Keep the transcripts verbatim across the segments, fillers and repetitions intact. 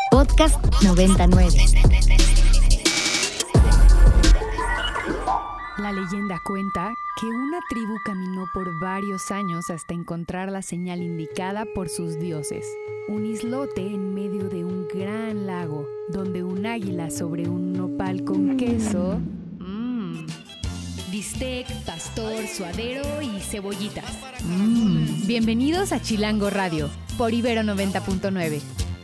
Podcast noventa y nueve. La leyenda cuenta que una tribu caminó por varios años hasta encontrar la señal indicada por sus dioses. Un islote en medio de un gran lago, donde un águila sobre un nopal con queso... Mmm. Bistec, pastor, suadero y cebollitas. Mmm. Bienvenidos a Chilango Radio, por Ibero noventa punto nueve.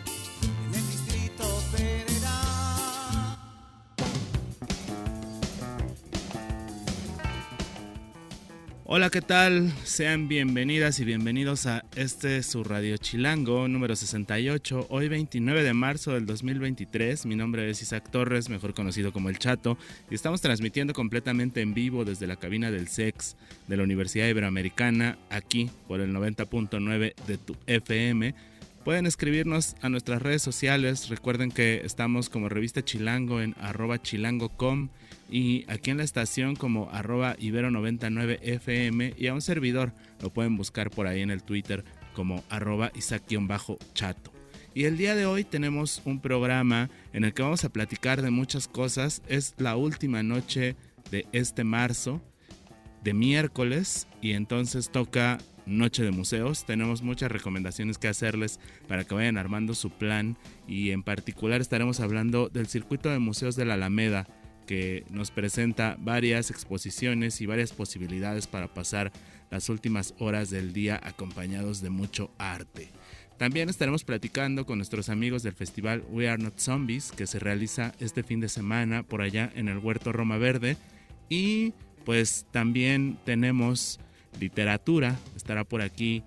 Hola, ¿qué tal? Sean bienvenidas y bienvenidos a este su Radio Chilango número sesenta y ocho, hoy veintinueve de marzo del dos mil veintitrés. Mi nombre es Isaac Torres, mejor conocido como El Chato, y estamos transmitiendo completamente en vivo desde la cabina del S E X de la Universidad Iberoamericana, aquí por el noventa punto nueve de tu F M. Pueden escribirnos a nuestras redes sociales. Recuerden que estamos como Revista Chilango en arroba chilango punto com y aquí en la estación como arroba ibero noventa y nueve F M, y a un servidor lo pueden buscar por ahí en el Twitter como arroba Isaac-chato. Y el día de hoy tenemos un programa en el que vamos a platicar de muchas cosas. Es la última noche de este marzo, de miércoles, y entonces toca Noche de Museos. Tenemos muchas recomendaciones que hacerles para que vayan armando su plan, y en particular estaremos hablando del circuito de museos de la Alameda, que nos presenta varias exposiciones y varias posibilidades para pasar las últimas horas del día acompañados de mucho arte. También estaremos platicando con nuestros amigos del festival We Are Not Zombies, que se realiza este fin de semana por allá en el Huerto Roma Verde. Y pues también tenemos literatura. Estará por aquí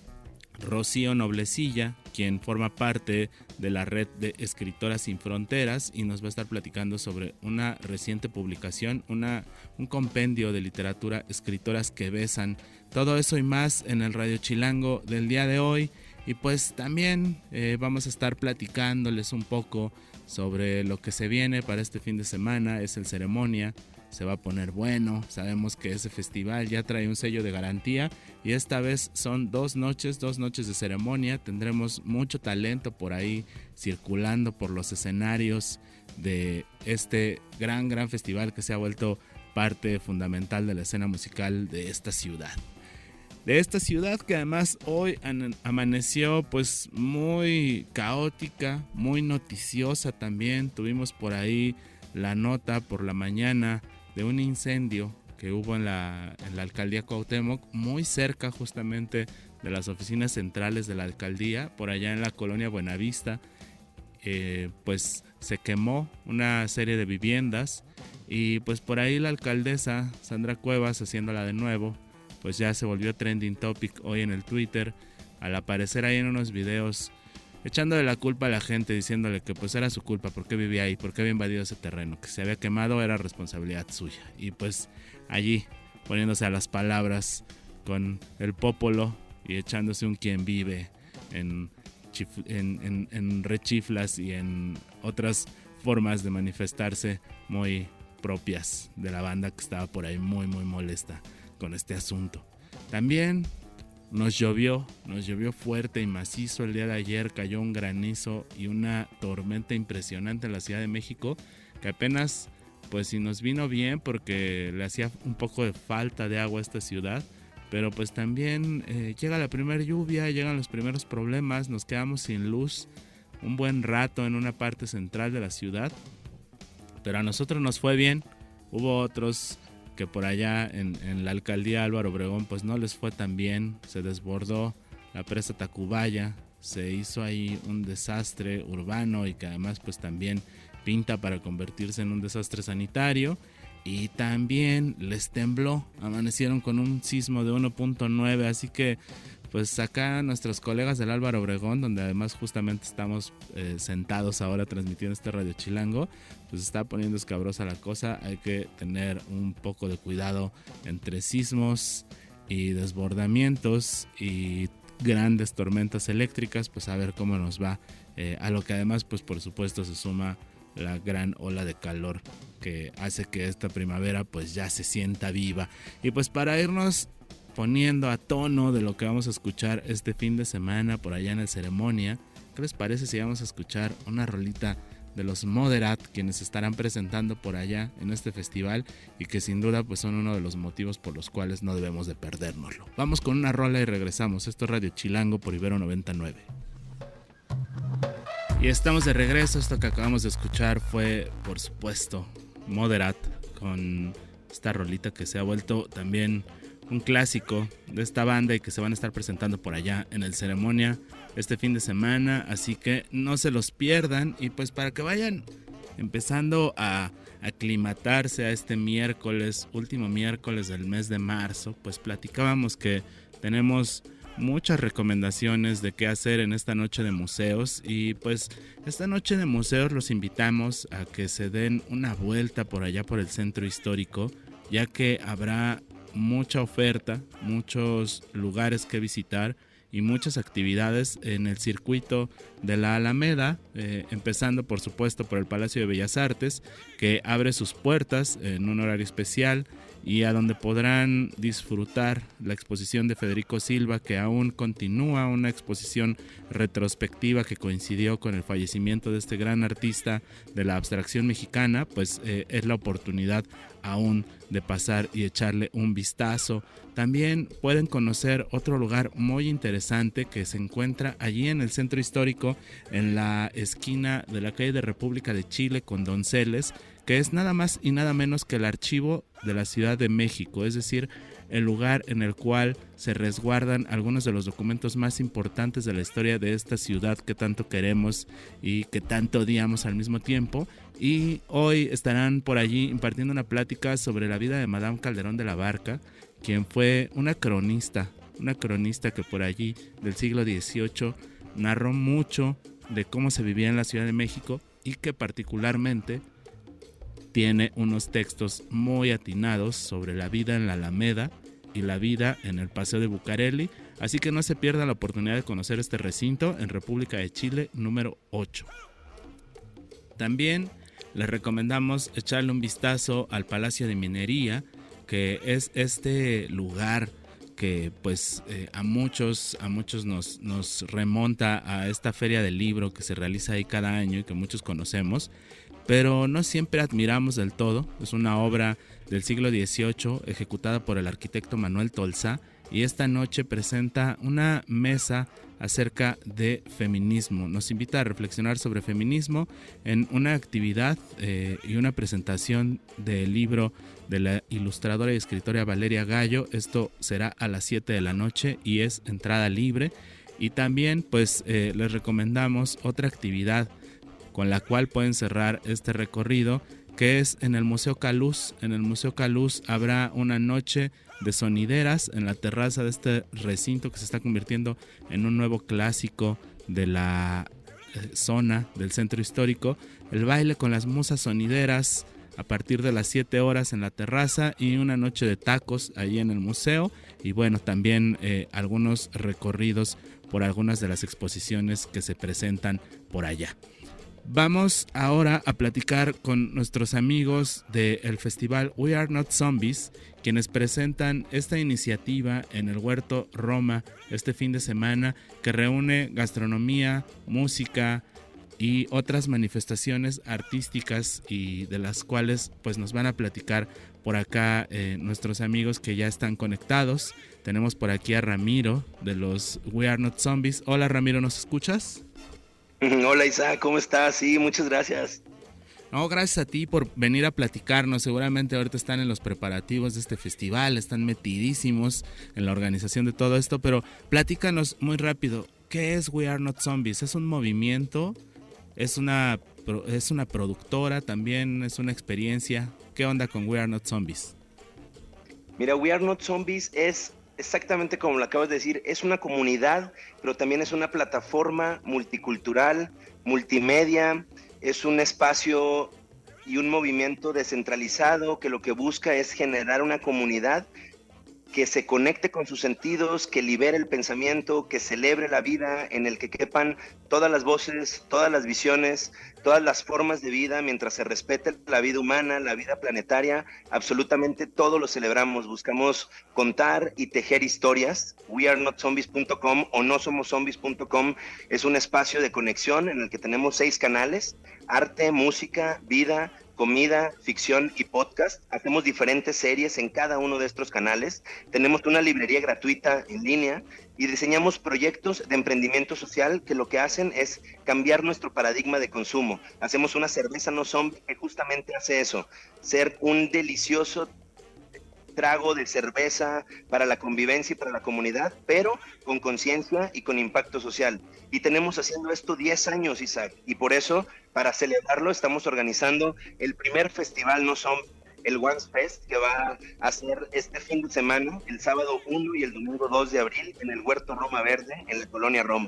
Rocío Noblecilla, quien forma parte de la red de Escritoras Sin Fronteras, y nos va a estar platicando sobre una reciente publicación, una, un compendio de literatura, Escritoras que Besan. Todo eso y más en el Radio Chilango del día de hoy. Y pues también eh, vamos a estar platicándoles un poco sobre lo que se viene para este fin de semana. Es el Ceremonia. Se va a poner bueno. Sabemos que ese festival ya trae un sello de garantía, y esta vez son dos noches, dos noches de ceremonia. Tendremos mucho talento por ahí circulando por los escenarios de este gran, gran festival que se ha vuelto parte fundamental de la escena musical de esta ciudad. De esta ciudad que además hoy amaneció pues muy caótica, muy noticiosa también. Tuvimos por ahí la nota por la mañana de un incendio que hubo en la, en la alcaldía Cuauhtémoc, muy cerca justamente de las oficinas centrales de la alcaldía, por allá en la colonia Buenavista. Eh, pues se quemó una serie de viviendas, y pues por ahí la alcaldesa Sandra Cuevas, haciéndola de nuevo, pues ya se volvió trending topic hoy en el Twitter, al aparecer ahí en unos videos echándole la culpa a la gente, diciéndole que pues era su culpa, por qué vivía ahí, por qué había invadido ese terreno, que se había quemado era responsabilidad suya. Y pues allí poniéndose a las palabras con el popolo y echándose un quien vive en, chif- en, en, en rechiflas y en otras formas de manifestarse muy propias de la banda que estaba por ahí muy muy molesta con este asunto. También Nos llovió, nos llovió fuerte y macizo el día de ayer. Cayó un granizo y una tormenta impresionante en la Ciudad de México, que apenas pues si nos vino bien porque le hacía un poco de falta de agua a esta ciudad, pero pues también eh, llega la primera lluvia, llegan los primeros problemas, nos quedamos sin luz un buen rato en una parte central de la ciudad, pero a nosotros nos fue bien. Hubo otros que por allá en, en la alcaldía Álvaro Obregón pues no les fue tan bien. Se desbordó la presa Tacubaya, se hizo ahí un desastre urbano, y que además pues también pinta para convertirse en un desastre sanitario. Y también les tembló, amanecieron con un sismo de uno punto nueve, así que pues acá nuestros colegas del Álvaro Obregón, donde además justamente estamos eh, sentados ahora transmitiendo este Radio Chilango, pues está poniendo escabrosa la cosa. Hay que tener un poco de cuidado entre sismos y desbordamientos y grandes tormentas eléctricas, pues a ver cómo nos va, eh, a lo que además pues por supuesto se suma la gran ola de calor que hace que esta primavera pues ya se sienta viva. Y pues para irnos poniendo a tono de lo que vamos a escuchar este fin de semana por allá en el Ceremonia, ¿qué les parece si vamos a escuchar una rolita de los Moderat, quienes estarán presentando por allá en este festival y que sin duda pues son uno de los motivos por los cuales no debemos de perdérnoslo? Vamos con una rola y regresamos. Esto es Radio Chilango por Ibero noventa y nueve. Y estamos de regreso. Esto que acabamos de escuchar fue, por supuesto, Moderat, con esta rolita que se ha vuelto también un clásico de esta banda y que se van a estar presentando por allá en el Ceremonia este fin de semana, así que no se los pierdan. Y pues para que vayan empezando a aclimatarse a este miércoles, último miércoles del mes de marzo, pues platicábamos que tenemos muchas recomendaciones de qué hacer en esta noche de museos. Y pues esta noche de museos los invitamos a que se den una vuelta por allá por el centro histórico, ya que habrá mucha oferta, muchos lugares que visitar y muchas actividades en el circuito de la Alameda, eh, empezando por supuesto por el Palacio de Bellas Artes, que abre sus puertas en un horario especial y a donde podrán disfrutar la exposición de Federico Silva, que aún continúa, una exposición retrospectiva que coincidió con el fallecimiento de este gran artista de la abstracción mexicana. Pues eh, es la oportunidad aún de pasar y echarle un vistazo. También pueden conocer otro lugar muy interesante que se encuentra allí en el centro histórico, en la esquina de la calle de República de Chile con Donceles, que es nada más y nada menos que el archivo de la Ciudad de México, es decir, el lugar en el cual se resguardan algunos de los documentos más importantes de la historia de esta ciudad que tanto queremos y que tanto odiamos al mismo tiempo. Y hoy estarán por allí impartiendo una plática sobre la vida de Madame Calderón de la Barca, quien fue una cronista, una cronista que por allí del siglo dieciocho narró mucho de cómo se vivía en la Ciudad de México y que particularmente tiene unos textos muy atinados sobre la vida en la Alameda y la vida en el Paseo de Bucareli, así que no se pierdan la oportunidad de conocer este recinto en República de Chile número ocho. También les recomendamos echarle un vistazo al Palacio de Minería, que es este lugar que pues eh, a muchos a muchos nos, nos remonta a esta feria del libro que se realiza ahí cada año y que muchos conocemos, pero no siempre admiramos del todo. Es una obra del siglo dieciocho ejecutada por el arquitecto Manuel Tolsá y esta noche presenta una mesa acerca de feminismo. Nos invita a reflexionar sobre feminismo en una actividad eh, y una presentación del libro de la ilustradora y escritora Valeria Gallo. Esto será a las siete de la noche y es entrada libre. Y también pues eh, les recomendamos otra actividad con la cual pueden cerrar este recorrido, que es en el Museo Caluz. En el Museo Caluz habrá una noche de sonideras en la terraza de este recinto que se está convirtiendo en un nuevo clásico de la eh, zona del centro histórico. El baile con las musas sonideras a partir de las siete horas en la terraza y una noche de tacos ahí en el museo. Y bueno, también eh, algunos recorridos por algunas de las exposiciones que se presentan por allá. Vamos ahora a platicar con nuestros amigos del festival We Are Not Zombies, quienes presentan esta iniciativa en el Huerto Roma este fin de semana, que reúne gastronomía, música y otras manifestaciones artísticas, y de las cuales pues nos van a platicar por acá eh, nuestros amigos que ya están conectados. Tenemos por aquí a Ramiro de los We Are Not Zombies. Hola Ramiro, ¿nos escuchas? Hola Isaac, ¿cómo estás? Sí, muchas gracias. No, gracias a ti por venir a platicarnos. Seguramente ahorita están en los preparativos de este festival, están metidísimos en la organización de todo esto, pero platícanos muy rápido, ¿qué es We Are Not Zombies? ¿Es un movimiento? ¿Es una, es una productora también? ¿Es una experiencia? ¿Qué onda con We Are Not Zombies? Mira, We Are Not Zombies es exactamente como lo acabas de decir, es una comunidad, pero también es una plataforma multicultural, multimedia, es un espacio y un movimiento descentralizado que lo que busca es generar una comunidad que se conecte con sus sentidos, que libere el pensamiento, que celebre la vida, en el que quepan todas las voces, todas las visiones, todas las formas de vida, mientras se respete la vida humana, la vida planetaria. Absolutamente todo lo celebramos. Buscamos contar y tejer historias. we are not zombies punto com o no somos zombies punto com es un espacio de conexión en el que tenemos seis canales: arte, música, vida, comida, ficción y podcast. Hacemos diferentes series en cada uno de estos canales. Tenemos una librería gratuita en línea y diseñamos proyectos de emprendimiento social que lo que hacen es cambiar nuestro paradigma de consumo. Hacemos una cerveza no zombie que justamente hace eso, ser un delicioso trago de cerveza para la convivencia y para la comunidad, pero con conciencia y con impacto social. Y tenemos haciendo esto diez años, Isaac, y por eso, para celebrarlo, estamos organizando el primer festival no zombie, el Once Fest, que va a ser este fin de semana, el sábado uno y el domingo dos de abril, en el Huerto Roma Verde, en la colonia Roma.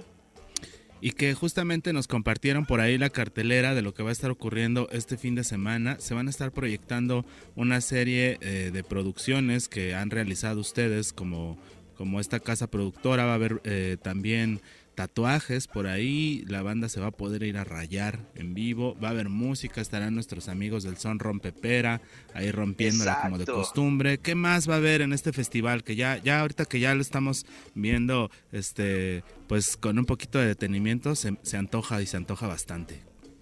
Y que justamente nos compartieron por ahí la cartelera de lo que va a estar ocurriendo este fin de semana. Se van a estar proyectando una serie eh, de producciones que han realizado ustedes como, como esta casa productora. Va a haber eh, también tatuajes por ahí, la banda se va a poder ir a rayar en vivo, va a haber música, estarán nuestros amigos del Son Rompepera ahí rompiéndola como de costumbre. ¿Qué más va a haber en este festival? Que ya, ya ahorita que ya lo estamos viendo, este, pues con un poquito de detenimiento se, se antoja y se antoja bastante.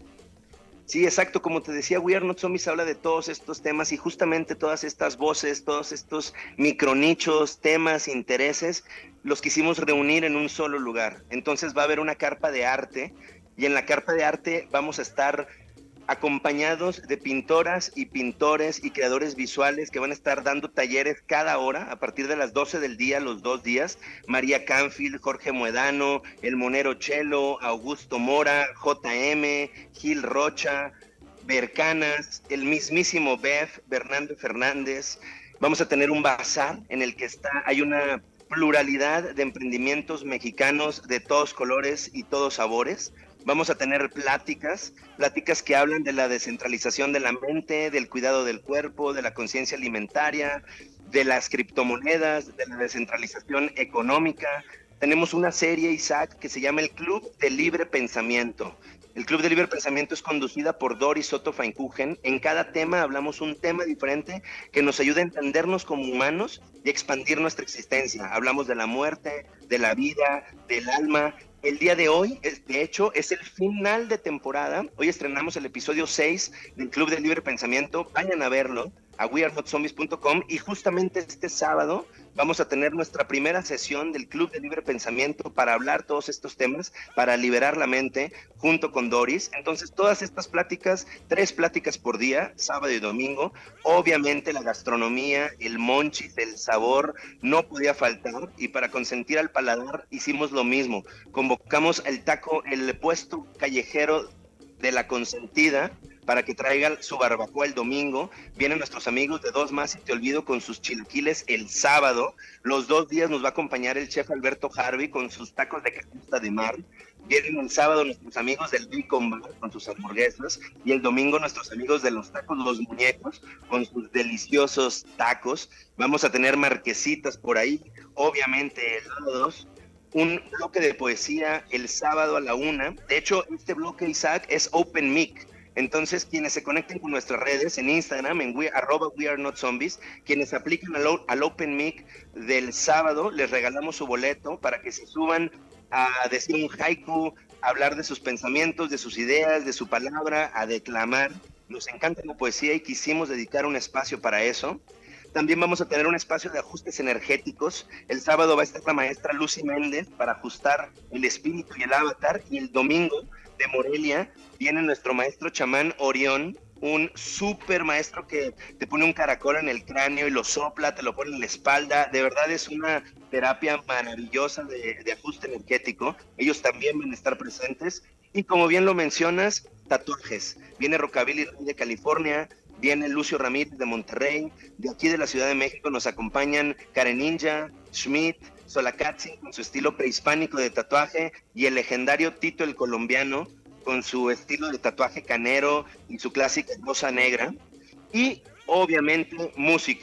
Sí, exacto, como te decía, We Are Not Zombies habla de todos estos temas y justamente todas estas voces, todos estos micronichos, temas, intereses, los quisimos reunir en un solo lugar. Entonces va a haber una carpa de arte y en la carpa de arte vamos a estar acompañados de pintoras y pintores y creadores visuales que van a estar dando talleres cada hora a partir de las doce del día, los dos días. María Canfield, Jorge Muedano, El Monero Chelo, Augusto Mora, J M, Gil Rocha, Bercanas, el mismísimo Beth, Bernardo Fernández. Vamos a tener un bazar en el que está, hay una pluralidad de emprendimientos mexicanos de todos colores y todos sabores. Vamos a tener pláticas, pláticas que hablan de la descentralización de la mente, del cuidado del cuerpo, de la conciencia alimentaria, de las criptomonedas, de la descentralización económica. Tenemos una serie, Isaac, que se llama el Club de Libre Pensamiento. El Club de Libre Pensamiento es conducida por Doris Soto Feinkuchen. En cada tema hablamos un tema diferente que nos ayuda a entendernos como humanos y expandir nuestra existencia. Hablamos de la muerte, de la vida, del alma. El día de hoy, es, de hecho, es el final de temporada. Hoy estrenamos el episodio seis del Club de Libre Pensamiento. Vayan a verlo a we are not zombies punto com y justamente este sábado vamos a tener nuestra primera sesión del Club de Libre Pensamiento para hablar todos estos temas, para liberar la mente junto con Doris. Entonces todas estas pláticas, tres pláticas por día, sábado y domingo. Obviamente la gastronomía, el monchis, el sabor no podía faltar y para consentir al paladar hicimos lo mismo. Convocamos el taco, el puesto callejero de La Consentida para que traigan su barbacoa el domingo. Vienen nuestros amigos de Dos Más y Te Olvido con sus chilaquiles el sábado. Los dos días nos va a acompañar el chef Alberto Harvey con sus tacos de capusta de mar. Vienen el sábado nuestros amigos del Bacon Bar con sus hamburguesas y el domingo nuestros amigos de los tacos Los Muñecos con sus deliciosos tacos. Vamos a tener marquesitas por ahí, obviamente helados. Un bloque de poesía el sábado a la una. De hecho, este bloque, Isaac, es Open Mic. Entonces, quienes se conecten con nuestras redes en Instagram, en we, arroba We Are Not Zombies, quienes aplican al, al Open Mic del sábado, les regalamos su boleto para que se suban a decir un haiku, a hablar de sus pensamientos, de sus ideas, de su palabra, a declamar. Nos encanta la poesía y quisimos dedicar un espacio para eso. También vamos a tener un espacio de ajustes energéticos. El sábado va a estar la maestra Lucy Méndez para ajustar el espíritu y el avatar. Y el domingo de Morelia viene nuestro maestro chamán Orión, un súper maestro que te pone un caracol en el cráneo y lo sopla, te lo pone en la espalda. De verdad es una terapia maravillosa de, de ajuste energético. Ellos también van a estar presentes. Y como bien lo mencionas, tatuajes. Viene Rockabilly de California, viene Lucio Ramírez de Monterrey, de aquí de la Ciudad de México nos acompañan Karen Ninja, Schmidt, Solacatzi con su estilo prehispánico de tatuaje y el legendario Tito el Colombiano con su estilo de tatuaje canero y su clásica rosa negra. Y obviamente música.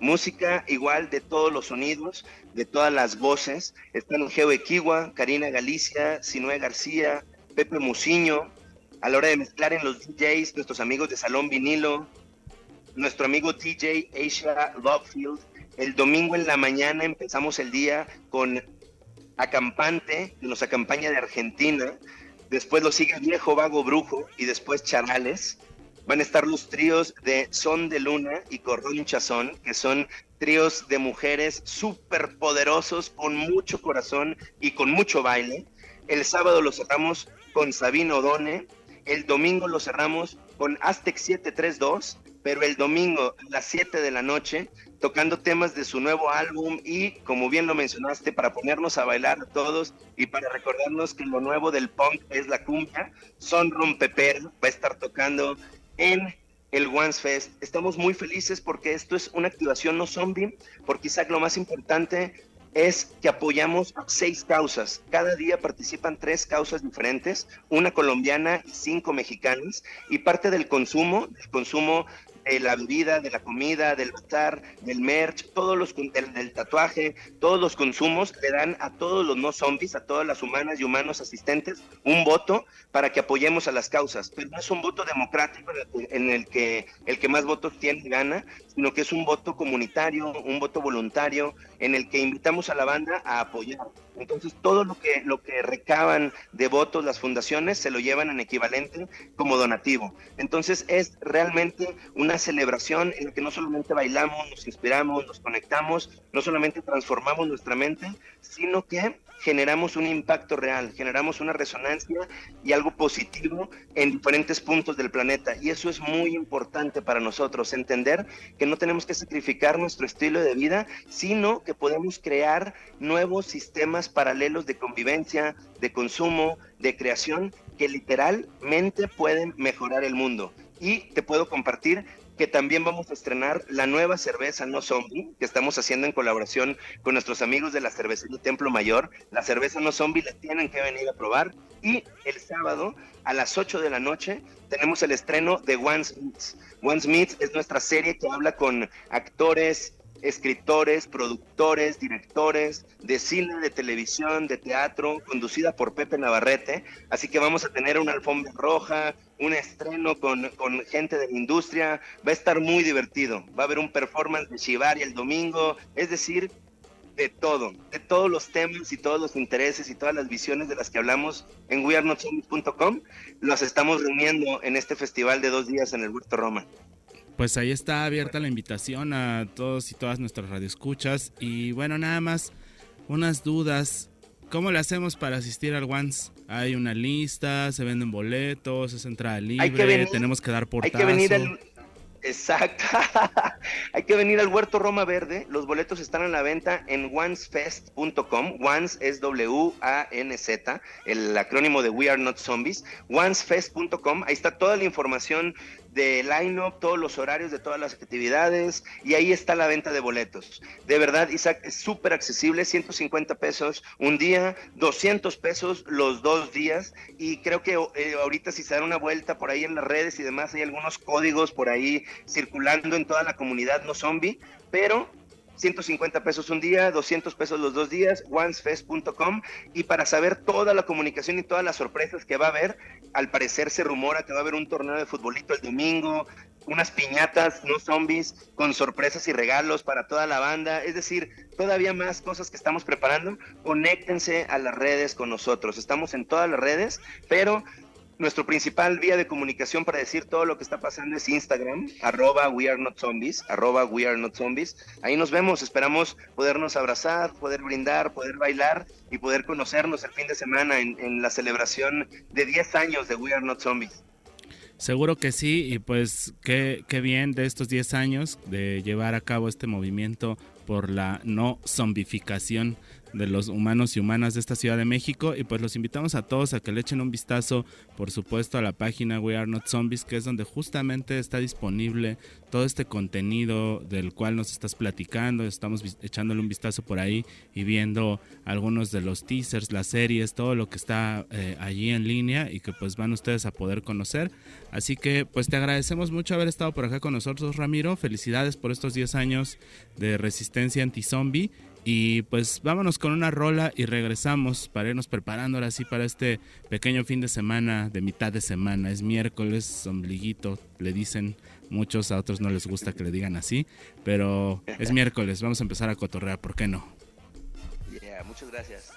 música igual de todos los sonidos, de todas las voces. Están Geo Equiwa, Karina Galicia, Sinue García, Pepe Muciño. A la hora de mezclar en los D Js, nuestros amigos de Salón Vinilo, nuestro amigo D J Asia Lovefield. El domingo en la mañana empezamos el día con Acampante, que nos acompaña de Argentina. Después lo sigue Viejo Vago Brujo y después Charales. Van a estar los tríos de Son de Luna y Corrón Chazón, que son tríos de mujeres súper poderosos, con mucho corazón y con mucho baile. El sábado lo cerramos con Sabino Odone. El domingo lo cerramos con Aztec siete tres dos, pero el domingo a las siete de la noche, tocando temas de su nuevo álbum y, como bien lo mencionaste, para ponernos a bailar a todos y para recordarnos que lo nuevo del punk es la cumbia, Son Rompeper va a estar tocando en el Once Fest. Estamos muy felices porque esto es una activación no zombie, porque quizá lo más importante es que apoyamos seis causas. Cada día participan tres causas diferentes, una colombiana y cinco mexicanas, y parte del consumo, del consumo de la bebida, de la comida, del bazar, del merch, todos los del, del tatuaje, todos los consumos le dan a todos los no zombies, a todas las humanas y humanos asistentes, un voto para que apoyemos a las causas. Pero no es un voto democrático en el que el que más votos tiene gana, sino que es un voto comunitario, un voto voluntario, en el que invitamos a la banda a apoyar. Entonces todo lo que, lo que recaban de votos las fundaciones se lo llevan en equivalente como donativo. Entonces es realmente una celebración en la que no solamente bailamos, nos inspiramos, nos conectamos, no solamente transformamos nuestra mente, sino que generamos un impacto real, generamos una resonancia y algo positivo en diferentes puntos del planeta. Y eso es muy importante para nosotros, entender que no tenemos que sacrificar nuestro estilo de vida, sino que podemos crear nuevos sistemas paralelos de convivencia, de consumo, de creación, que literalmente pueden mejorar el mundo. Y te puedo compartir que también vamos a estrenar la nueva cerveza No Zombie, que estamos haciendo en colaboración con nuestros amigos de la cervecería Templo Mayor. La cerveza No Zombie la tienen que venir a probar. Y el sábado a las ocho de la noche tenemos el estreno de Once Meets. Once Meets es nuestra serie que habla con actores, escritores, productores, directores de cine, de televisión, de teatro, conducida por Pepe Navarrete. Así que vamos a tener una alfombra roja, un estreno con, con gente de la industria. Va a estar muy divertido. Va a haber un performance de Shibari el domingo, es decir, de todo, de todos los temas y todos los intereses y todas las visiones de las que hablamos en we are not zombies punto com. Los estamos reuniendo en este festival de dos días en el Huerto Roma. Pues ahí está abierta la invitación a todos y todas nuestras radioescuchas. Y bueno, nada más unas dudas. ¿Cómo le hacemos para asistir al Once? ¿Hay una lista? ¿Se venden boletos? ¿Es entrada libre? Hay que venir, ¿Tenemos que dar portazo? Hay que venir al... Exacto. Hay que venir al Huerto Roma Verde. Los boletos están a la venta en once fest punto com. Once es W A N Z, el acrónimo de We Are Not Zombies. once fest punto com. Ahí está toda la información de line-up, todos los horarios de todas las actividades, y ahí está la venta de boletos. De verdad, Isaac, es súper accesible, ciento cincuenta pesos un día, doscientos pesos los dos días, y creo que eh, ahorita si se dan una vuelta por ahí en las redes y demás, hay algunos códigos por ahí circulando en toda la comunidad no zombie, pero ciento cincuenta pesos un día, doscientos pesos los dos días, once fest punto com. Y para saber toda la comunicación y todas las sorpresas que va a haber, al parecer se rumora que va a haber un torneo de futbolito el domingo, unas piñatas no zombies con sorpresas y regalos para toda la banda, es decir, todavía más cosas que estamos preparando. Conéctense a las redes con nosotros, estamos en todas las redes, pero nuestro principal vía de comunicación para decir todo lo que está pasando es Instagram, arroba we are not zombies, arroba we are not zombies. Ahí nos vemos, esperamos podernos abrazar, poder brindar, poder bailar y poder conocernos el fin de semana en, en la celebración de diez años de We Are Not Zombies. Seguro que sí, y pues qué, qué bien de estos diez años de llevar a cabo este movimiento por la no zombificación de los humanos y humanas de esta Ciudad de México, y pues los invitamos a todos a que le echen un vistazo, por supuesto, a la página We Are Not Zombies, que es donde justamente está disponible todo este contenido del cual nos estás platicando. Estamos echándole un vistazo por ahí y viendo algunos de los teasers, las series, todo lo que está eh, allí en línea y que pues van ustedes a poder conocer. Así que pues te agradecemos mucho haber estado por acá con nosotros, Ramiro. Felicidades por estos diez años de resistencia anti-zombie. Y pues vámonos con una rola y regresamos para irnos preparando ahora sí para este pequeño fin de semana, de mitad de semana. Es miércoles, ombliguito, le dicen muchos, a otros no les gusta que le digan así, pero es miércoles, vamos a empezar a cotorrear, ¿por qué no? Yeah, muchas gracias.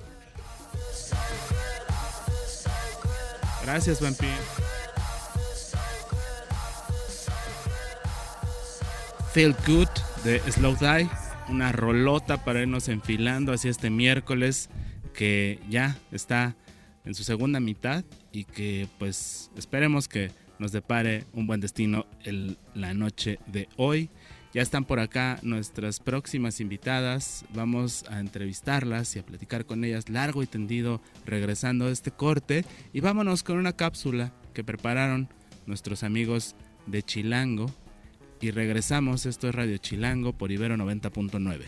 Gracias, Vampi. Feel Good de Slowthai. Una rolota para irnos enfilando hacia este miércoles que ya está en su segunda mitad y que pues esperemos que nos depare un buen destino el, la noche de hoy. Ya están por acá nuestras próximas invitadas, vamos a entrevistarlas y a platicar con ellas largo y tendido regresando a este corte, y vámonos con una cápsula que prepararon nuestros amigos de Chilango. Y regresamos, esto es Radio Chilango por Ibero noventa punto nueve.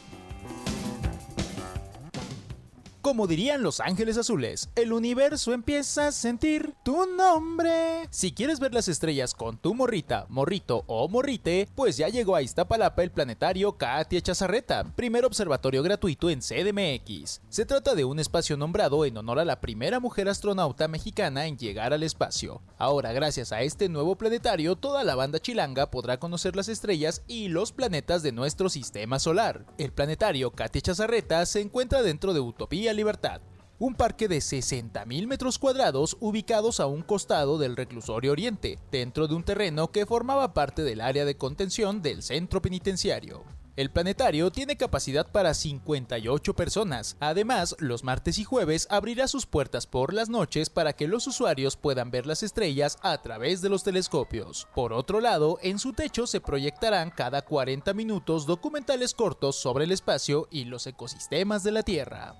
Como dirían los Ángeles Azules, el universo empieza a sentir tu nombre. Si quieres ver las estrellas con tu morrita, morrito o morrite, pues ya llegó a Iztapalapa el planetario Katia Chazarreta, primer observatorio gratuito en C D M X. Se trata de un espacio nombrado en honor a la primera mujer astronauta mexicana en llegar al espacio. Ahora, gracias a este nuevo planetario, toda la banda chilanga podrá conocer las estrellas y los planetas de nuestro sistema solar. El planetario Katia Chazarreta se encuentra dentro de Utopía Libertad, un parque de sesenta mil metros cuadrados ubicados a un costado del reclusorio oriente, dentro de un terreno que formaba parte del área de contención del centro penitenciario. El planetario tiene capacidad para cincuenta y ocho personas. Además, los martes y jueves abrirá sus puertas por las noches para que los usuarios puedan ver las estrellas a través de los telescopios. Por otro lado, en su techo se proyectarán cada cuarenta minutos documentales cortos sobre el espacio y los ecosistemas de la Tierra.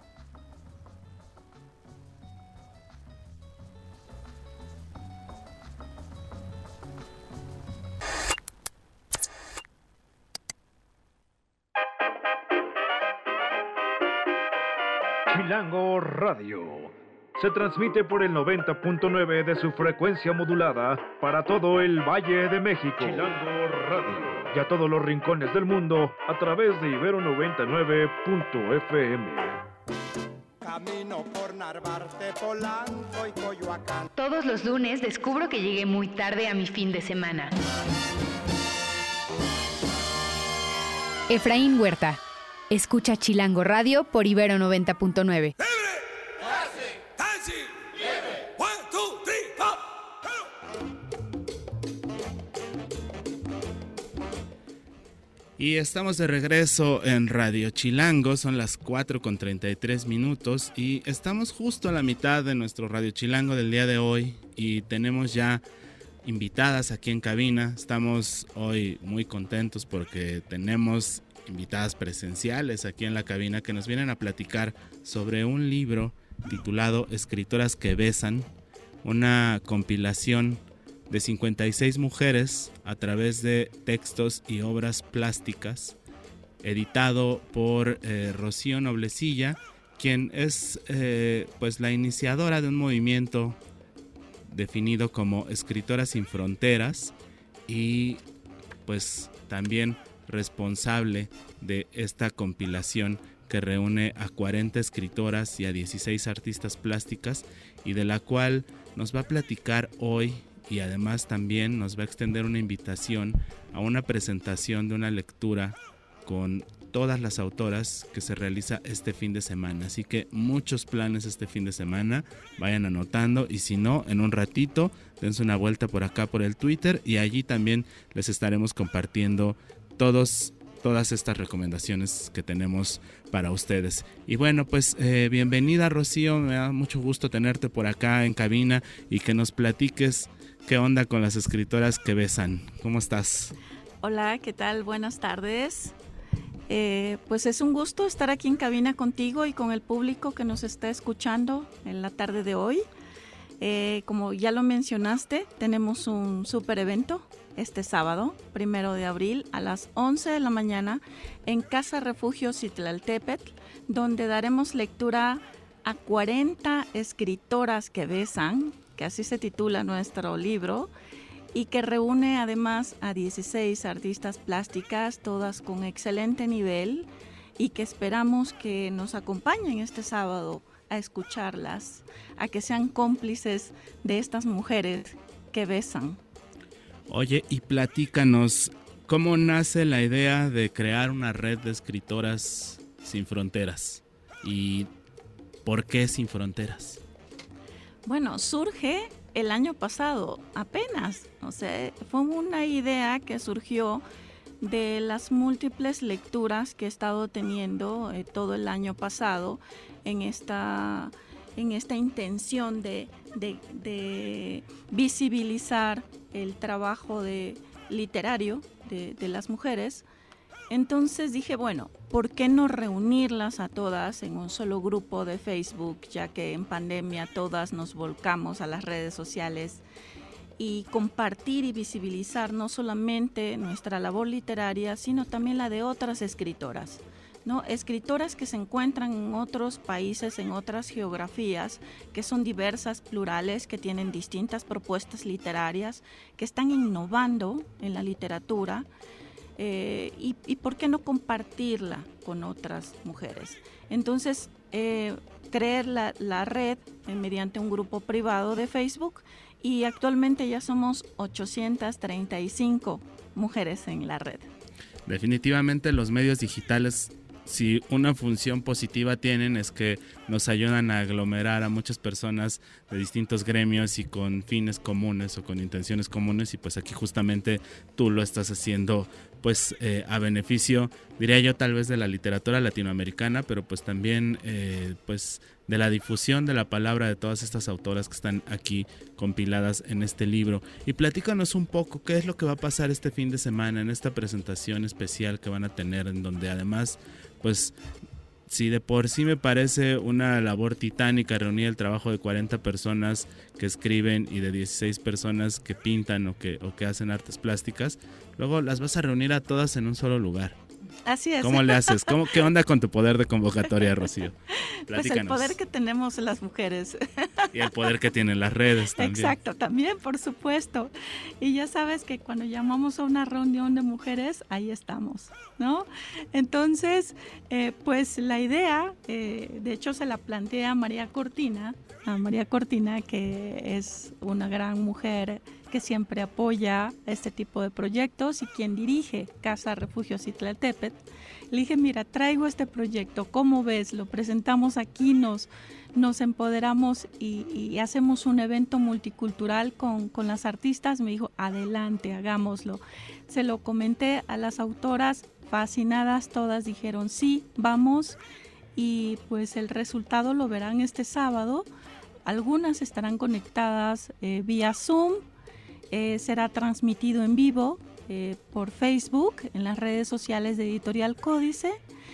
Chilango Radio. Se transmite por el noventa punto nueve de su frecuencia modulada para todo el Valle de México. Chilango Radio. Y a todos los rincones del mundo a través de Ibero noventa y nueve punto F M. Camino por Narvarte, Polanco y Coyoacán. Todos los lunes descubro que llegué muy tarde a mi fin de semana. Efraín Huerta. Escucha Chilango Radio por Ibero noventa punto nueve. Y estamos de regreso en Radio Chilango, son las cuatro con treinta y tres minutos y estamos justo a la mitad de nuestro Radio Chilango del día de hoy y tenemos ya invitadas aquí en cabina. Estamos hoy muy contentos porque tenemos invitadas presenciales aquí en la cabina que nos vienen a platicar sobre un libro titulado Escritoras que besan, una compilación de cincuenta y seis mujeres a través de textos y obras plásticas, editado por eh, Rocío Noblecilla, quien es eh, pues la iniciadora de un movimiento definido como Escritoras sin Fronteras y pues también responsable de esta compilación que reúne a cuarenta escritoras y a dieciséis artistas plásticas y de la cual nos va a platicar hoy y además también nos va a extender una invitación a una presentación de una lectura con todas las autoras que se realiza este fin de semana. Así que muchos planes este fin de semana, vayan anotando y si no, en un ratito dense una vuelta por acá por el Twitter y allí también les estaremos compartiendo todos, todas estas recomendaciones que tenemos para ustedes. Y bueno, pues eh, bienvenida Rocío, me da mucho gusto tenerte por acá en cabina y que nos platiques qué onda con las escritoras que besan. ¿Cómo estás? Hola, ¿qué tal? Buenas tardes. Eh, pues es un gusto estar aquí en cabina contigo y con el público que nos está escuchando en la tarde de hoy. Eh, como ya lo mencionaste, tenemos un súper evento este sábado, primero de abril, a las once de la mañana, en Casa Refugio Citlaltépetl, donde daremos lectura a cuarenta escritoras que besan, que así se titula nuestro libro, y que reúne además a dieciséis artistas plásticas, todas con excelente nivel, y que esperamos que nos acompañen este sábado a escucharlas, a que sean cómplices de estas mujeres que besan. Oye, y platícanos, ¿cómo nace la idea de crear una red de escritoras sin fronteras? ¿Y por qué sin fronteras? Bueno, surge el año pasado, apenas, o sea, fue una idea que surgió de las múltiples lecturas que he estado teniendo eh, todo el año pasado en esta, en esta intención de, de, de visibilizar el trabajo de, literario de, de las mujeres. Entonces dije, bueno, ¿por qué no reunirlas a todas en un solo grupo de Facebook, ya que en pandemia todas nos volcamos a las redes sociales, y compartir y visibilizar no solamente nuestra labor literaria, sino también la de otras escritoras, ¿no? Escritoras que se encuentran en otros países, en otras geografías, que son diversas, plurales, que tienen distintas propuestas literarias, que están innovando en la literatura. Eh, y, y por qué no compartirla con otras mujeres. Entonces, eh, crear la, la red eh, mediante un grupo privado de Facebook, y actualmente ya somos ochocientas treinta y cinco mujeres en la red. Definitivamente los medios digitales, si una función positiva tienen, es que nos ayudan a aglomerar a muchas personas de distintos gremios y con fines comunes o con intenciones comunes, y pues aquí justamente tú lo estás haciendo pues eh, a beneficio, diría yo, tal vez de la literatura latinoamericana, pero pues también eh, pues de la difusión de la palabra de todas estas autoras que están aquí compiladas en este libro. Y platícanos un poco qué es lo que va a pasar este fin de semana en esta presentación especial que van a tener, en donde además pues si de por sí me parece una labor titánica reunir el trabajo de cuarenta personas que escriben y de dieciséis personas que pintan o que, o que hacen artes plásticas, luego las vas a reunir a todas en un solo lugar. Así es. ¿Cómo le haces? ¿Cómo, ¿Qué onda con tu poder de convocatoria, Rocío? Pues el poder que tenemos las mujeres. Y el poder que tienen las redes también. Exacto, también, por supuesto. Y ya sabes que cuando llamamos a una reunión de mujeres, ahí estamos, ¿no? Entonces, eh, pues la idea, eh, de hecho se la plantea a María Cortina, a María Cortina, que es una gran mujer que siempre apoya este tipo de proyectos y quien dirige Casa Refugio Citlaltépetl. Le dije, mira, traigo este proyecto, ¿cómo ves? Lo presentamos aquí, nos, nos empoderamos y, y hacemos un evento multicultural con, con las artistas. Me dijo, adelante, hagámoslo. Se lo comenté a las autoras, fascinadas, todas dijeron, sí, vamos, y pues el resultado lo verán este sábado. Algunas estarán conectadas eh, vía Zoom, eh, será transmitido en vivo eh, por Facebook, en las redes sociales de Editorial Códice,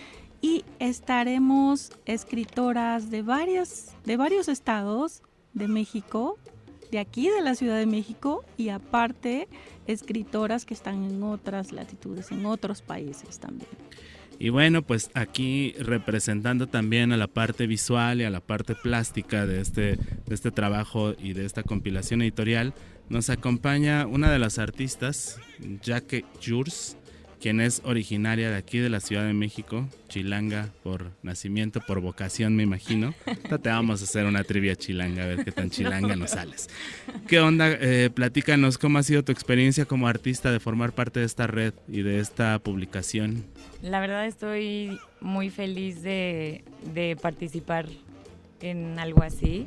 y estaremos escritoras de, varias, de varios estados de México, de aquí de la Ciudad de México, y aparte escritoras que están en otras latitudes, en otros países también. Y bueno, pues aquí representando también a la parte visual y a la parte plástica de este, de este trabajo y de esta compilación editorial, nos acompaña una de las artistas, Jaque Jurs, quien es originaria de aquí de la Ciudad de México, chilanga por nacimiento, por vocación me imagino. Ahora te vamos a hacer una trivia chilanga, a ver qué tan chilanga nos sales. ¿Qué onda? Eh, platícanos cómo ha sido tu experiencia como artista de formar parte de esta red y de esta publicación. La verdad estoy muy feliz de, de participar en algo así,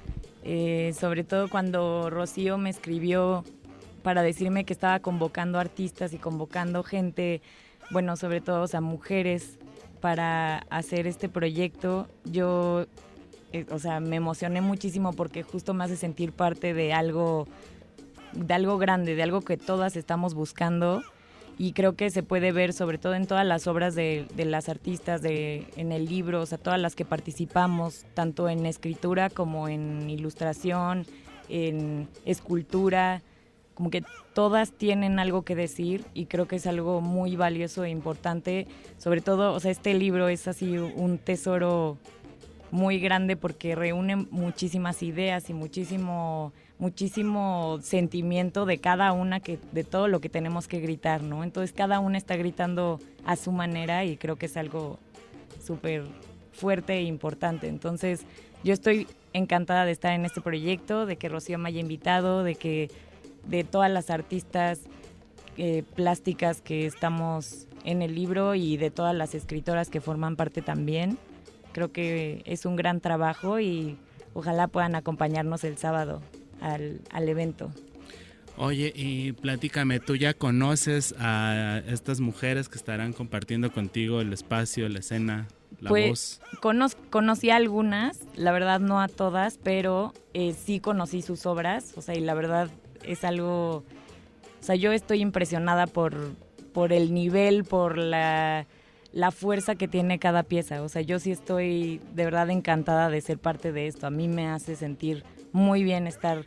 eh, sobre todo cuando Rocío me escribió para decirme que estaba convocando artistas y convocando gente, bueno, sobre todo, o sea, mujeres, para hacer este proyecto. Yo, eh, o sea, me emocioné muchísimo porque justo me hace sentir parte de algo, de algo grande, de algo que todas estamos buscando. y creo que se puede ver sobre todo en todas las obras de, de las artistas, de, en el libro, o sea, todas las que participamos, tanto en escritura como en ilustración, en escultura, como que todas tienen algo que decir y creo que es algo muy valioso e importante, sobre todo, o sea, este libro es así un tesoro muy grande porque reúne muchísimas ideas y muchísimo muchísimo sentimiento de cada una, que de todo lo que tenemos que gritar, ¿no? Entonces cada una está gritando a su manera y creo que es algo súper fuerte e importante. Entonces yo estoy encantada de estar en este proyecto, de que Rocío me haya invitado, de que de todas las artistas eh, plásticas que estamos en el libro y de todas las escritoras que forman parte también. Creo que es un gran trabajo y ojalá puedan acompañarnos el sábado al, al evento. Oye, y platícame, ¿tú ya conoces a estas mujeres que estarán compartiendo contigo el espacio, la escena, la pues, voz? Cono- conocí a algunas, la verdad no a todas, pero eh, sí conocí sus obras, o sea, y la verdad es algo, o sea, yo estoy impresionada por, por el nivel, por la, la fuerza que tiene cada pieza, o sea, yo sí estoy de verdad encantada de ser parte de esto, a mí me hace sentir muy bien estar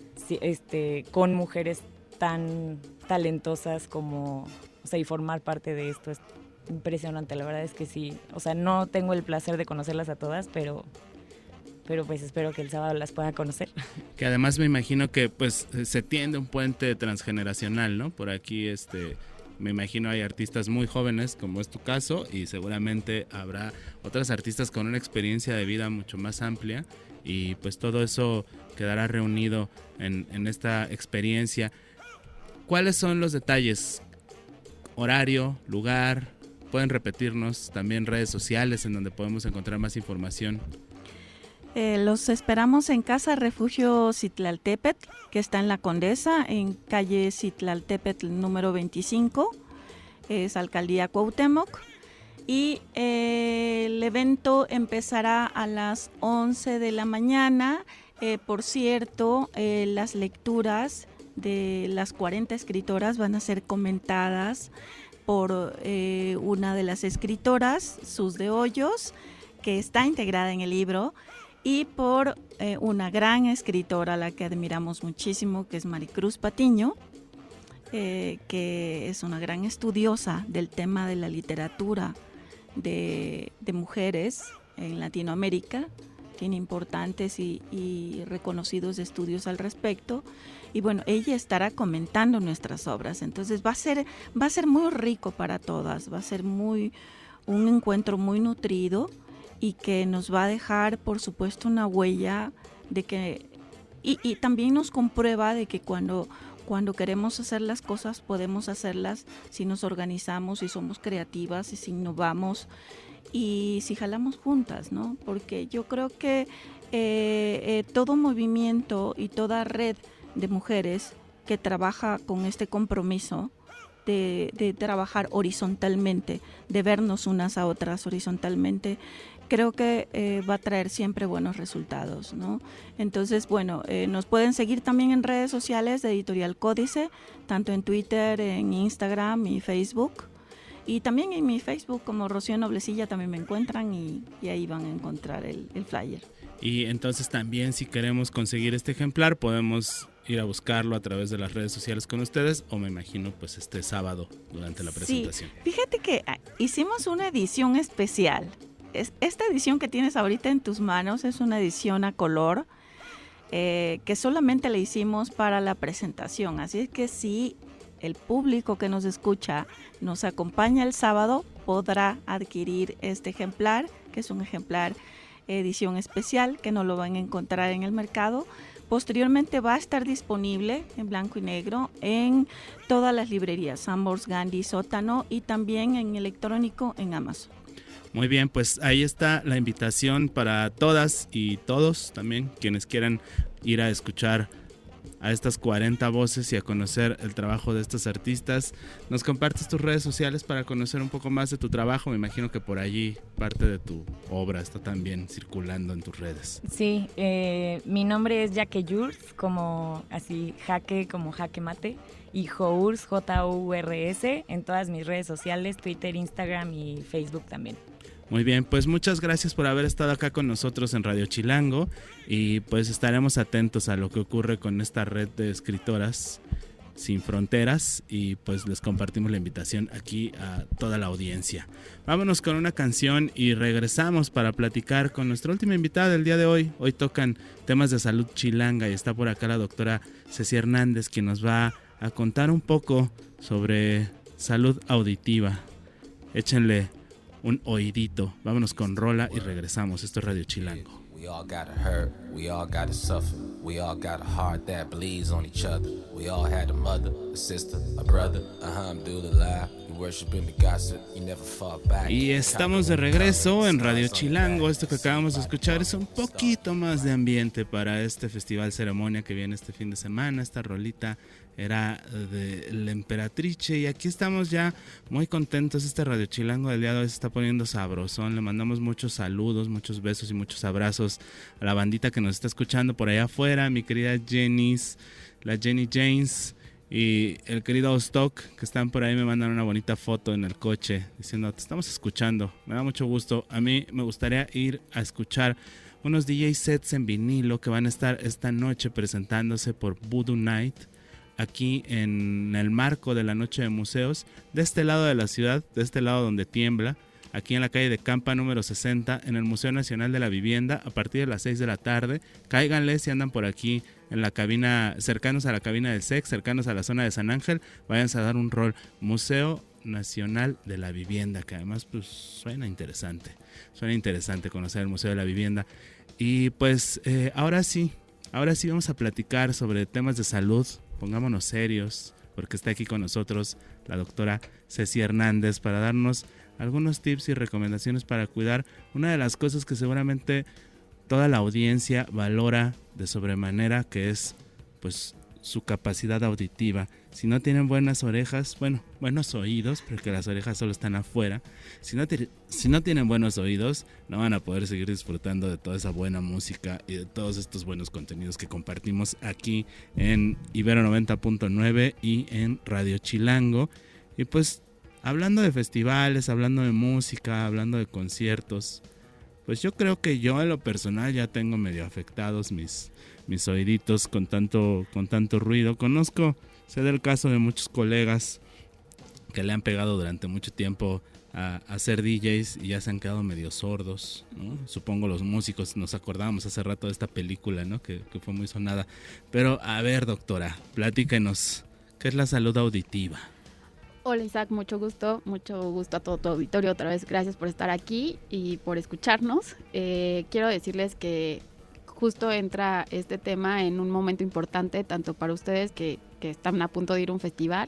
este, con mujeres tan talentosas como, o sea, y formar parte de esto es impresionante, la verdad es que sí, o sea, no tengo el placer de conocerlas a todas, pero... pero pues espero que el sábado las pueda conocer. Que además me imagino que pues se tiende un puente transgeneracional, ¿no? Por aquí este me imagino hay artistas muy jóvenes, como es tu caso, y seguramente habrá otras artistas con una experiencia de vida mucho más amplia, y pues todo eso quedará reunido en, en esta experiencia. ¿Cuáles son los detalles? Horario, lugar, pueden repetirnos también redes sociales en donde podemos encontrar más información. Eh, los esperamos en Casa Refugio Citlaltépetl, que está en La Condesa, en calle Citlaltépetl número veinticinco, es Alcaldía Cuauhtémoc. Y eh, el evento empezará a las once de la mañana. Eh, por cierto, eh, las lecturas de las cuarenta escritoras van a ser comentadas por eh, una de las escritoras, Sus de Hoyos, que está integrada en el libro, y por eh, una gran escritora a la que admiramos muchísimo, que es Maricruz Patiño, eh, que es una gran estudiosa del tema de la literatura de, de mujeres en Latinoamérica. Tiene importantes y, y reconocidos estudios al respecto. Y bueno, ella estará comentando nuestras obras. Entonces va a ser, va a ser muy rico para todas, va a ser muy, un encuentro muy nutrido, y que nos va a dejar, por supuesto, una huella de que y, y también nos comprueba de que cuando, cuando queremos hacer las cosas podemos hacerlas si nos organizamos, si somos creativas, si innovamos y si jalamos juntas, ¿no? Porque yo creo que eh, eh, todo movimiento y toda red de mujeres que trabaja con este compromiso de, de trabajar horizontalmente, de vernos unas a otras horizontalmente, creo que eh, va a traer siempre buenos resultados, ¿no? Entonces, bueno, eh, nos pueden seguir también en redes sociales de Editorial Códice, tanto en Twitter, en Instagram y Facebook. Y también en mi Facebook como Rocío Noblecilla también me encuentran y, y ahí van a encontrar el, el flyer. Y entonces también si queremos conseguir este ejemplar podemos ir a buscarlo a través de las redes sociales con ustedes, o me imagino pues este sábado durante la presentación. Sí, fíjate que hicimos una edición especial. Esta edición que tienes ahorita en tus manos es una edición a color eh, que solamente la hicimos para la presentación. Así es que si el público que nos escucha nos acompaña el sábado, podrá adquirir este ejemplar, que es un ejemplar edición especial, que no lo van a encontrar en el mercado. Posteriormente va a estar disponible en blanco y negro en todas las librerías, Sanborns, Gandhi, Sótano, y también en electrónico en Amazon. Muy bien, pues ahí está la invitación para todas y todos también, quienes quieran ir a escuchar a estas cuarenta voces y a conocer el trabajo de estos artistas. Nos compartes tus redes sociales para conocer un poco más de tu trabajo. Me imagino que por allí parte de tu obra está también circulando en tus redes. Sí, eh, mi nombre es Jaque Jurs, como así jaque, como jaque mate, y Jours, J U R S, en todas mis redes sociales, Twitter, Instagram y Facebook también. Muy bien, pues muchas gracias por haber estado acá con nosotros en Radio Chilango y pues estaremos atentos a lo que ocurre con esta red de escritoras sin fronteras y pues les compartimos la invitación aquí a toda la audiencia. Vámonos con una canción y regresamos para platicar con nuestra última invitada del día de hoy. Hoy tocan temas de salud chilanga y está por acá la doctora Ceci Hernández, quien nos va a contar un poco sobre salud auditiva. Échenle un oídito. Vámonos con rola y regresamos. Esto es Radio Chilango. We all gotta hurt, we all gotta suffer, we all got a heart that bleeds on each other. We all had a mother, a sister, a brother, alhamdulillah. You worshiping the gossip, you never fall back. Y estamos de regreso en Radio Chilango. Esto que acabamos de escuchar es un poquito más de ambiente para este festival ceremonia que viene este fin de semana. Esta rolita era de La Emperatrice y aquí estamos ya muy contentos. Este Radio Chilango del día de hoy se está poniendo sabrosón. Le mandamos muchos saludos, muchos besos y muchos abrazos a la bandita que nos está escuchando por allá afuera, mi querida Jenny, la Jenny James y el querido Ostock, que están por ahí, me mandan una bonita foto en el coche diciendo te estamos escuchando. Me da mucho gusto. A mí me gustaría ir a escuchar unos D J sets en vinilo que van a estar esta noche presentándose por Voodoo Night aquí en el marco de la noche de museos, de este lado de la ciudad, de este lado donde tiembla, aquí en la calle de Campa número sesenta, en el Museo Nacional de la Vivienda, a partir de las seis de la tarde. Cáiganle si andan por aquí en la cabina, cercanos a la cabina del S E C, cercanos a la zona de San Ángel, váyanse a dar un rol. Museo Nacional de la Vivienda, que además pues suena interesante, suena interesante conocer el Museo de la Vivienda. Y pues eh, ahora sí, ahora sí vamos a platicar sobre temas de salud. Pongámonos serios, porque está aquí con nosotros la doctora Ceci Hernández para darnos algunos tips y recomendaciones para cuidar una de las cosas que seguramente toda la audiencia valora de sobremanera, que es pues su capacidad auditiva. Si no tienen buenas orejas, bueno, buenos oídos, porque las orejas solo están afuera. Si no, te, si no tienen buenos oídos, no van a poder seguir disfrutando de toda esa buena música y de todos estos buenos contenidos que compartimos aquí en Ibero noventa punto nueve y en Radio Chilango. Y pues, hablando de festivales, hablando de música, hablando de conciertos, pues yo creo que yo en lo personal ya tengo medio afectados mis, mis oíditos con tanto, con tanto ruido. Conozco, sé del caso de muchos colegas que le han pegado durante mucho tiempo a, a ser D Js y ya se han quedado medio sordos, ¿no? Supongo los músicos, nos acordábamos hace rato de esta película, ¿no? Que, que fue muy sonada. Pero a ver, doctora, platícanos, ¿qué es la salud auditiva? Hola Isaac, mucho gusto, mucho gusto a todo tu auditorio otra vez. Gracias por estar aquí y por escucharnos. Eh, quiero decirles que justo entra este tema en un momento importante, tanto para ustedes que, que están a punto de ir a un festival,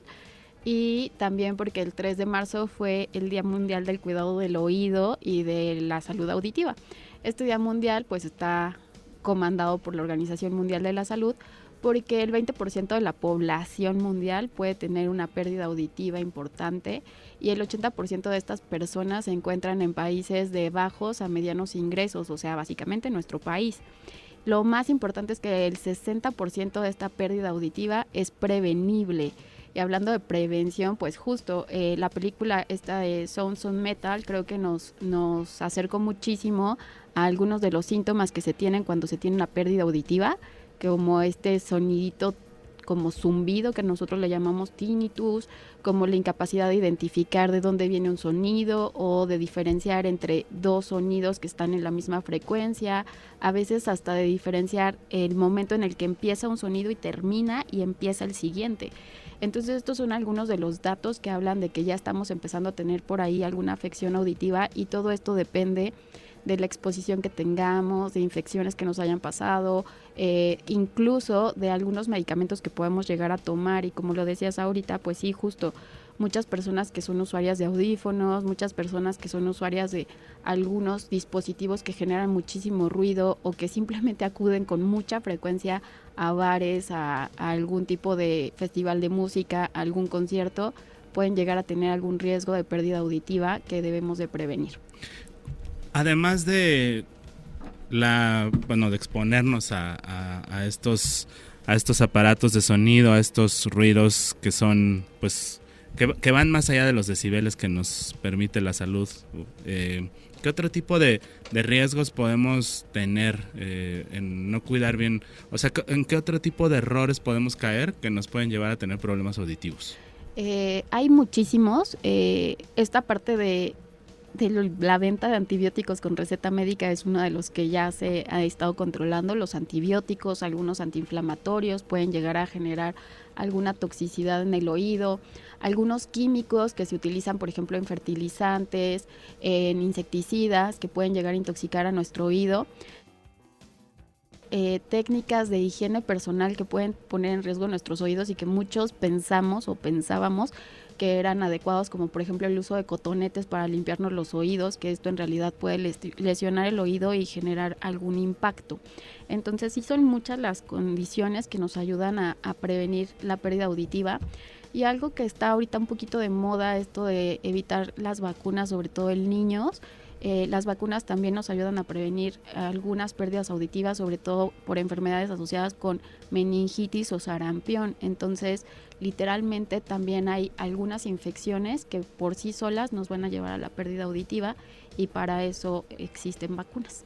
y también porque el tres de marzo fue el Día Mundial del Cuidado del Oído y de la Salud Auditiva. Este Día Mundial pues está comandado por la Organización Mundial de la Salud, porque el veinte por ciento de la población mundial puede tener una pérdida auditiva importante y el ochenta por ciento de estas personas se encuentran en países de bajos a medianos ingresos, o sea, básicamente nuestro país. Lo más importante es que el sesenta por ciento de esta pérdida auditiva es prevenible. Y hablando de prevención, pues justo eh, la película esta de Sound of Metal creo que nos, nos acercó muchísimo a algunos de los síntomas que se tienen cuando se tiene una pérdida auditiva, como este sonidito como zumbido que nosotros le llamamos tinnitus, como la incapacidad de identificar de dónde viene un sonido o de diferenciar entre dos sonidos que están en la misma frecuencia, a veces hasta de diferenciar el momento en el que empieza un sonido y termina y empieza el siguiente. Entonces estos son algunos de los datos que hablan de que ya estamos empezando a tener por ahí alguna afección auditiva, y todo esto depende de la exposición que tengamos, de infecciones que nos hayan pasado, eh, incluso de algunos medicamentos que podemos llegar a tomar. Y como lo decías ahorita, pues sí, justo muchas personas que son usuarias de audífonos, muchas personas que son usuarias de algunos dispositivos que generan muchísimo ruido o que simplemente acuden con mucha frecuencia a bares, a, a algún tipo de festival de música, a algún concierto, pueden llegar a tener algún riesgo de pérdida auditiva que debemos de prevenir. Además de la, bueno, de exponernos a, a, a estos a estos aparatos de sonido, a estos ruidos que son, pues, que, que van más allá de los decibeles que nos permite la salud, eh, ¿qué otro tipo de, de riesgos podemos tener eh, en no cuidar bien? O sea, ¿en qué otro tipo de errores podemos caer que nos pueden llevar a tener problemas auditivos? Eh, hay muchísimos. Eh, esta parte de, de la venta de antibióticos con receta médica es uno de los que ya se ha estado controlando. Los antibióticos, algunos antiinflamatorios pueden llegar a generar alguna toxicidad en el oído. Algunos químicos que se utilizan, por ejemplo, en fertilizantes, en insecticidas, que pueden llegar a intoxicar a nuestro oído. Eh, técnicas de higiene personal que pueden poner en riesgo nuestros oídos y que muchos pensamos o pensábamos que eran adecuados, como por ejemplo el uso de cotonetes para limpiarnos los oídos, que esto en realidad puede lesionar el oído y generar algún impacto. Entonces sí son muchas las condiciones que nos ayudan a, a prevenir la pérdida auditiva. Y algo que está ahorita un poquito de moda, esto de evitar las vacunas, sobre todo en niños. Eh, las vacunas también nos ayudan a prevenir algunas pérdidas auditivas, sobre todo por enfermedades asociadas con meningitis o sarampión. Entonces, literalmente también hay algunas infecciones que por sí solas nos van a llevar a la pérdida auditiva y para eso existen vacunas.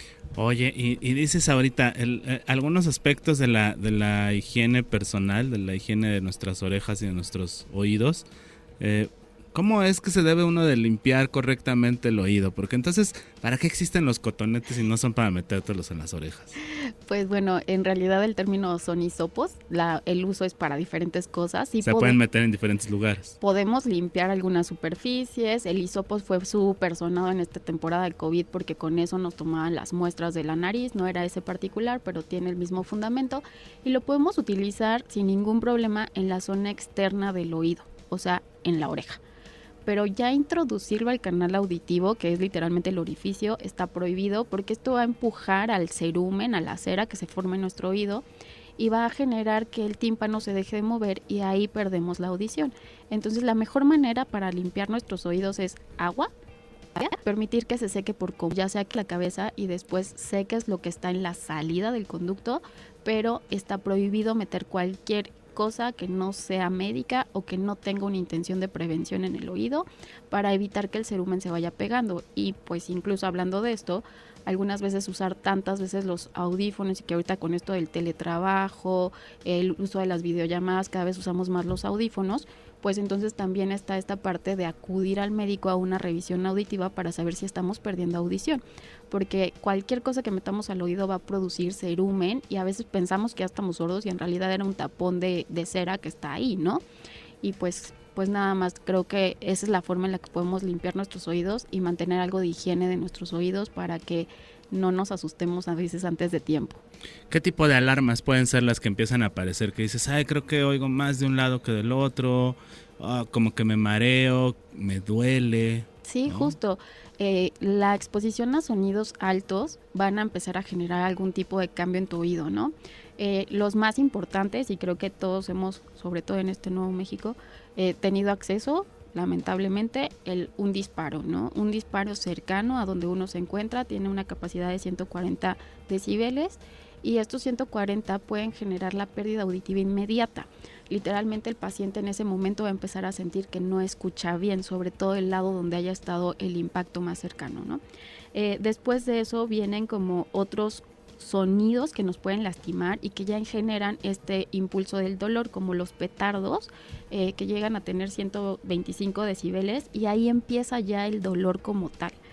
Oye, y, y dices ahorita el, eh, algunos aspectos de la, de la higiene personal, de la higiene de nuestras orejas y de nuestros oídos. Eh, ¿Cómo es que se debe uno de limpiar correctamente el oído? Porque entonces, ¿para qué existen los cotonetes si no son para metértelos en las orejas? Pues bueno, en realidad el término son hisopos, la, el uso es para diferentes cosas. Sí se pueden meter en diferentes lugares. Podemos limpiar algunas superficies, el hisopo fue súper sonado en esta temporada del COVID porque con eso nos tomaban las muestras de la nariz, no era ese particular, pero tiene el mismo fundamento y lo podemos utilizar sin ningún problema en la zona externa del oído, o sea, en la oreja. Pero ya introducirlo al canal auditivo, que es literalmente el orificio, está prohibido porque esto va a empujar al cerumen, a la cera que se forma en nuestro oído y va a generar que el tímpano se deje de mover y ahí perdemos la audición. Entonces la mejor manera para limpiar nuestros oídos es agua, permitir que se seque por completo, ya sea que la cabeza y después seques lo que está en la salida del conducto, pero está prohibido meter cualquier cosa que no sea médica o que no tenga una intención de prevención en el oído para evitar que el cerumen se vaya pegando. Y pues incluso hablando de esto, algunas veces usar tantas veces los audífonos y que ahorita con esto del teletrabajo, el uso de las videollamadas, cada vez usamos más los audífonos, pues entonces también está esta parte de acudir al médico a una revisión auditiva para saber si estamos perdiendo audición, porque cualquier cosa que metamos al oído va a producir cerumen y a veces pensamos que ya estamos sordos y en realidad era un tapón de, de cera que está ahí, ¿no? Y pues, pues nada más, creo que esa es la forma en la que podemos limpiar nuestros oídos y mantener algo de higiene de nuestros oídos para que no nos asustemos a veces antes de tiempo. ¿Qué tipo de alarmas pueden ser las que empiezan a aparecer? Que dices, ay, creo que oigo más de un lado que del otro, oh, como que me mareo, me duele. Sí, ¿no? Justo. Eh, la exposición a sonidos altos van a empezar a generar algún tipo de cambio en tu oído, ¿no? Eh, los más importantes, y creo que todos hemos, sobre todo en este Nuevo México, eh, tenido acceso, lamentablemente, el, un disparo, ¿no? Un disparo cercano a donde uno se encuentra, tiene una capacidad de ciento cuarenta decibeles y estos ciento cuarenta pueden generar la pérdida auditiva inmediata. Literalmente el paciente en ese momento va a empezar a sentir que no escucha bien, sobre todo el lado donde haya estado el impacto más cercano, ¿no? Eh, después de eso vienen como otros sonidos que nos pueden lastimar y que ya generan este impulso del dolor, como los petardos, eh, que llegan a tener ciento veinticinco decibeles y ahí empieza ya el dolor como tal.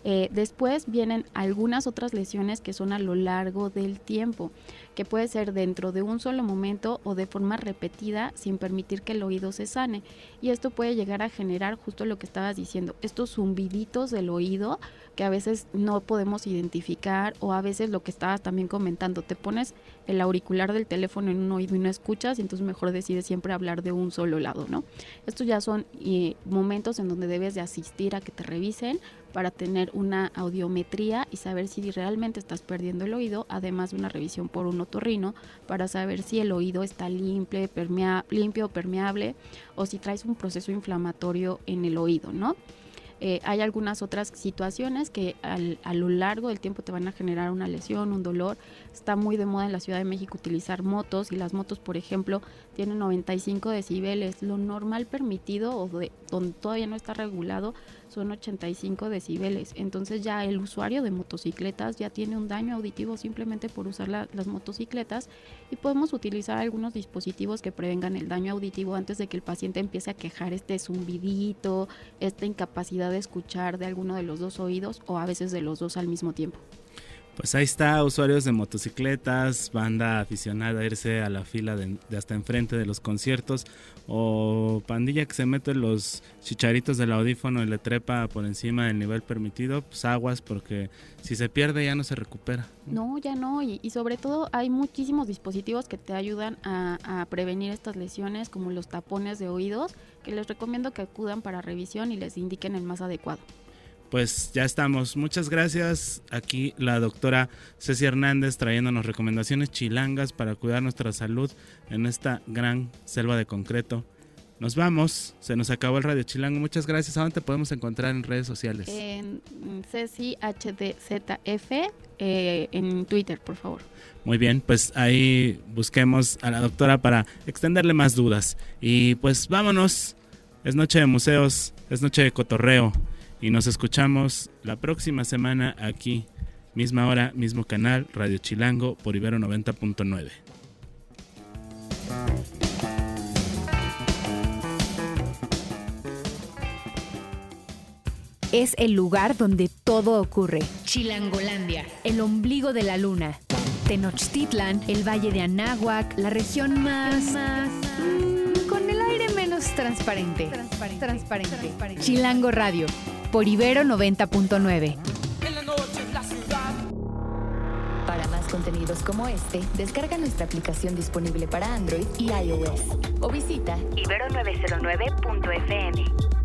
Eh, después vienen algunas otras lesiones que son a lo largo del tiempo, que puede ser dentro de un solo momento o de forma repetida sin permitir que el oído se sane. Y esto puede llegar a generar justo lo que estabas diciendo, estos zumbiditos del oído que a veces no podemos identificar, o a veces lo que estabas también comentando, te pones el auricular del teléfono en un oído y no escuchas, y entonces mejor decides siempre hablar de un solo lado, ¿no? Estos ya son eh, momentos en donde debes de asistir a que te revisen para tener una audiometría y saber si realmente estás perdiendo el oído, además de una revisión por un otorrino para saber si el oído está limpio, permea, limpio o permeable, o si traes un proceso inflamatorio en el oído, ¿no? Eh, hay algunas otras situaciones que al, a lo largo del tiempo te van a generar una lesión, un dolor. Está muy de moda en la Ciudad de México utilizar motos, y las motos, por ejemplo, tienen noventa y cinco decibeles. Lo normal permitido, o de, donde todavía no está regulado, son ochenta y cinco decibeles. Entonces ya el usuario de motocicletas ya tiene un daño auditivo simplemente por usar la, las motocicletas, y podemos utilizar algunos dispositivos que prevengan el daño auditivo antes de que el paciente empiece a quejar este zumbidito, esta incapacidad de escuchar de alguno de los dos oídos, o a veces de los dos al mismo tiempo. Pues ahí está, usuarios de motocicletas, banda aficionada a irse a la fila de, de hasta enfrente de los conciertos, o pandilla que se mete los chicharitos del audífono y le trepa por encima del nivel permitido, pues aguas, porque si se pierde ya no se recupera. No, ya no, y, y sobre todo hay muchísimos dispositivos que te ayudan a, a prevenir estas lesiones, como los tapones de oídos, que les recomiendo que acudan para revisión y les indiquen el más adecuado. Pues ya estamos. Muchas gracias. Aquí la doctora Ceci Hernández trayéndonos recomendaciones chilangas para cuidar nuestra salud en esta gran selva de concreto. Nos vamos. Se nos acabó el Radio Chilango. Muchas gracias. ¿A dónde te podemos encontrar en redes sociales? En Ceci H D Z F eh, en Twitter, por favor. Muy bien, pues ahí busquemos a la doctora para extenderle más dudas. Y pues vámonos. Es noche de museos, es noche de cotorreo. Y nos escuchamos la próxima semana aquí, misma hora, mismo canal, Radio Chilango por Ibero noventa punto nueve. Es el lugar donde todo ocurre. Chilangolandia, el ombligo de la luna. Tenochtitlan, el valle de Anáhuac, la región más... más mmm, con el aire menos transparente. Transparente. Transparente. Transparente. Chilango Radio, por Ibero noventa punto nueve. Para más contenidos como este, descarga nuestra aplicación disponible para Android y iOS o visita ibero novecientos nueve punto efe eme.